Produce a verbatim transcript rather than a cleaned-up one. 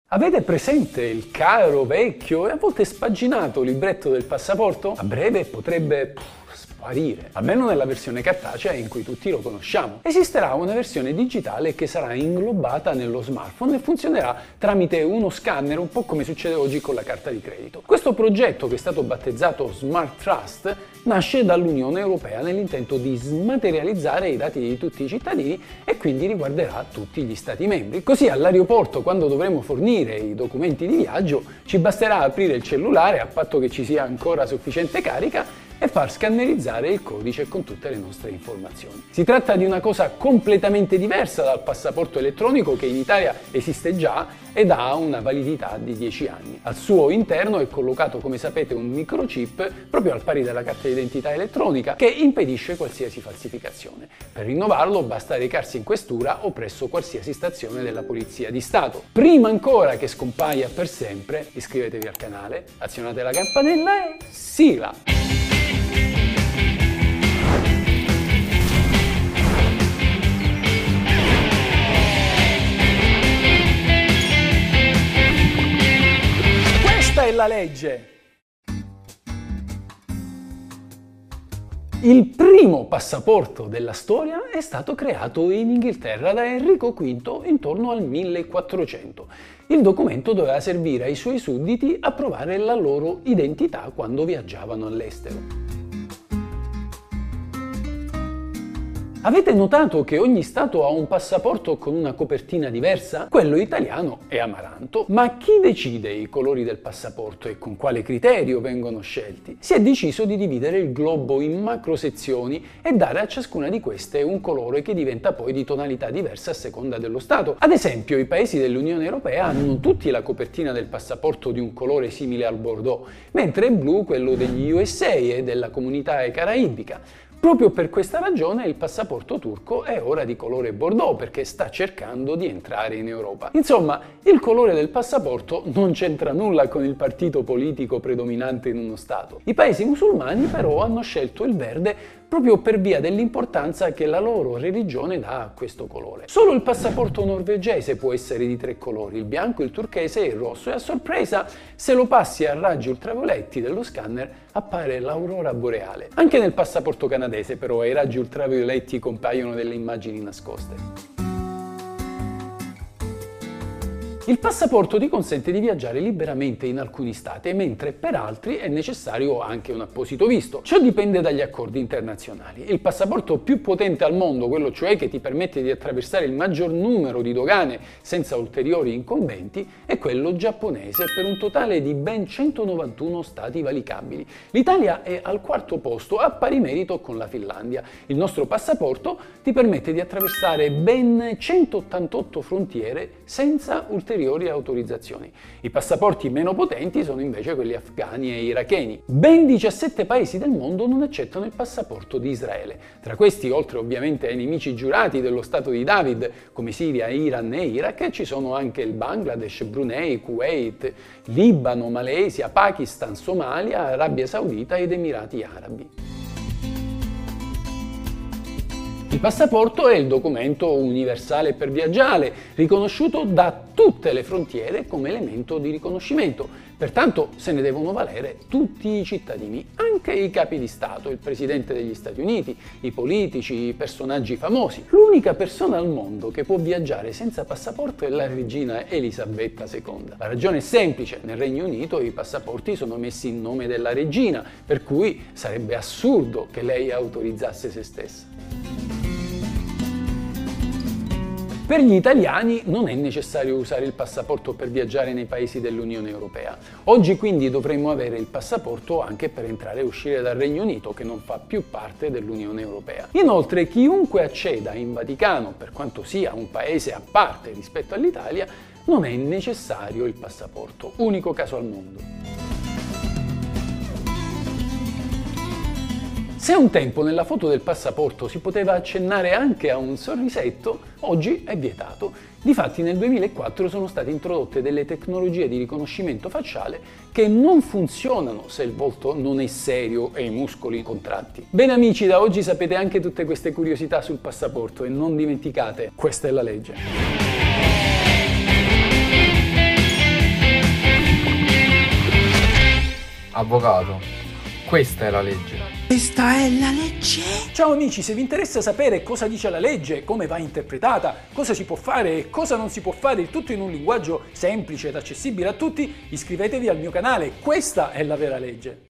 Avete presente il caro, vecchio e a volte spaginato libretto del passaporto? A breve potrebbe pff, sparire, almeno nella versione cartacea in cui tutti lo conosciamo. Esisterà una versione digitale che sarà inglobata nello smartphone e funzionerà tramite uno scanner, un po' come succede oggi con la carta di credito. Questo progetto, che è stato battezzato Smart Trust, nasce dall'Unione Europea nell'intento di smaterializzare i dati di tutti i cittadini e quindi riguarderà tutti gli Stati membri. Così all'aeroporto, quando dovremo fornire i documenti di viaggio, ci basterà aprire il cellulare, a patto che ci sia ancora sufficiente carica, e far scannerizzare il codice con tutte le nostre informazioni. Si tratta di una cosa completamente diversa dal passaporto elettronico, che in Italia esiste già ed ha una validità di dieci anni. Al suo interno è collocato, come sapete, un microchip, proprio al pari della carta d'identità elettronica, che impedisce qualsiasi falsificazione. Per rinnovarlo basta recarsi in questura o presso qualsiasi stazione della Polizia di Stato. Prima ancora che scompaia per sempre, iscrivetevi al canale, azionate la campanella e sigla! Questa è la legge! Il primo passaporto della storia è stato creato in Inghilterra da Enrico quinto intorno al millequattrocento. Il documento doveva servire ai suoi sudditi a provare la loro identità quando viaggiavano all'estero. Avete notato che ogni stato ha un passaporto con una copertina diversa? Quello italiano è amaranto, ma chi decide i colori del passaporto e con quale criterio vengono scelti? Si è deciso di dividere il globo in macro sezioni e dare a ciascuna di queste un colore che diventa poi di tonalità diversa a seconda dello stato. Ad esempio, i paesi dell'Unione Europea hanno tutti la copertina del passaporto di un colore simile al bordeaux, mentre è blu quello degli U S A e della comunità caraibica. Proprio per questa ragione il passaporto turco è ora di colore bordeaux, perché sta cercando di entrare in Europa. Insomma, il colore del passaporto non c'entra nulla con il partito politico predominante in uno Stato. I paesi musulmani però hanno scelto il verde proprio per via dell'importanza che la loro religione dà a questo colore. Solo il passaporto norvegese può essere di tre colori, il bianco, il turchese e il rosso, e a sorpresa, se lo passi a raggi ultravioletti dello scanner, appare l'aurora boreale. Anche nel passaporto canadese però ai raggi ultravioletti compaiono delle immagini nascoste. Il passaporto ti consente di viaggiare liberamente in alcuni stati, mentre per altri è necessario anche un apposito visto. Ciò dipende dagli accordi internazionali. Il passaporto più potente al mondo, quello cioè che ti permette di attraversare il maggior numero di dogane senza ulteriori incombenti, è quello giapponese, per un totale di ben centonovantuno stati valicabili. L'Italia è al quarto posto, a pari merito con la Finlandia. Il nostro passaporto ti permette di attraversare ben centottantotto frontiere senza ulteriori autorizzazioni. I passaporti meno potenti sono invece quelli afghani e iracheni. Ben diciassette paesi del mondo non accettano il passaporto di Israele. Tra questi, oltre ovviamente ai nemici giurati dello Stato di David, come Siria, Iran e Iraq, ci sono anche il Bangladesh, Brunei, Kuwait, Libano, Malesia, Pakistan, Somalia, Arabia Saudita ed Emirati Arabi. Il passaporto è il documento universale per viaggiare, riconosciuto da tutte le frontiere come elemento di riconoscimento. Pertanto se ne devono valere tutti i cittadini, anche i capi di Stato, il Presidente degli Stati Uniti, i politici, i personaggi famosi. L'unica persona al mondo che può viaggiare senza passaporto è la regina Elisabetta seconda. La ragione è semplice: nel Regno Unito i passaporti sono messi in nome della regina, per cui sarebbe assurdo che lei autorizzasse se stessa. Per gli italiani non è necessario usare il passaporto per viaggiare nei paesi dell'Unione Europea. Oggi quindi dovremmo avere il passaporto anche per entrare e uscire dal Regno Unito, che non fa più parte dell'Unione Europea. Inoltre, chiunque acceda in Vaticano, per quanto sia un paese a parte rispetto all'Italia, non è necessario il passaporto, unico caso al mondo. Se un tempo nella foto del passaporto si poteva accennare anche a un sorrisetto, oggi è vietato. Difatti nel duemilaquattro sono state introdotte delle tecnologie di riconoscimento facciale che non funzionano se il volto non è serio e i muscoli contratti. Bene amici, da oggi sapete anche tutte queste curiosità sul passaporto e non dimenticate, questa è la legge. Avvocato, questa è la legge. Questa è la legge? Ciao amici, se vi interessa sapere cosa dice la legge, come va interpretata, cosa si può fare e cosa non si può fare, il tutto in un linguaggio semplice ed accessibile a tutti, iscrivetevi al mio canale. Questa è la vera legge.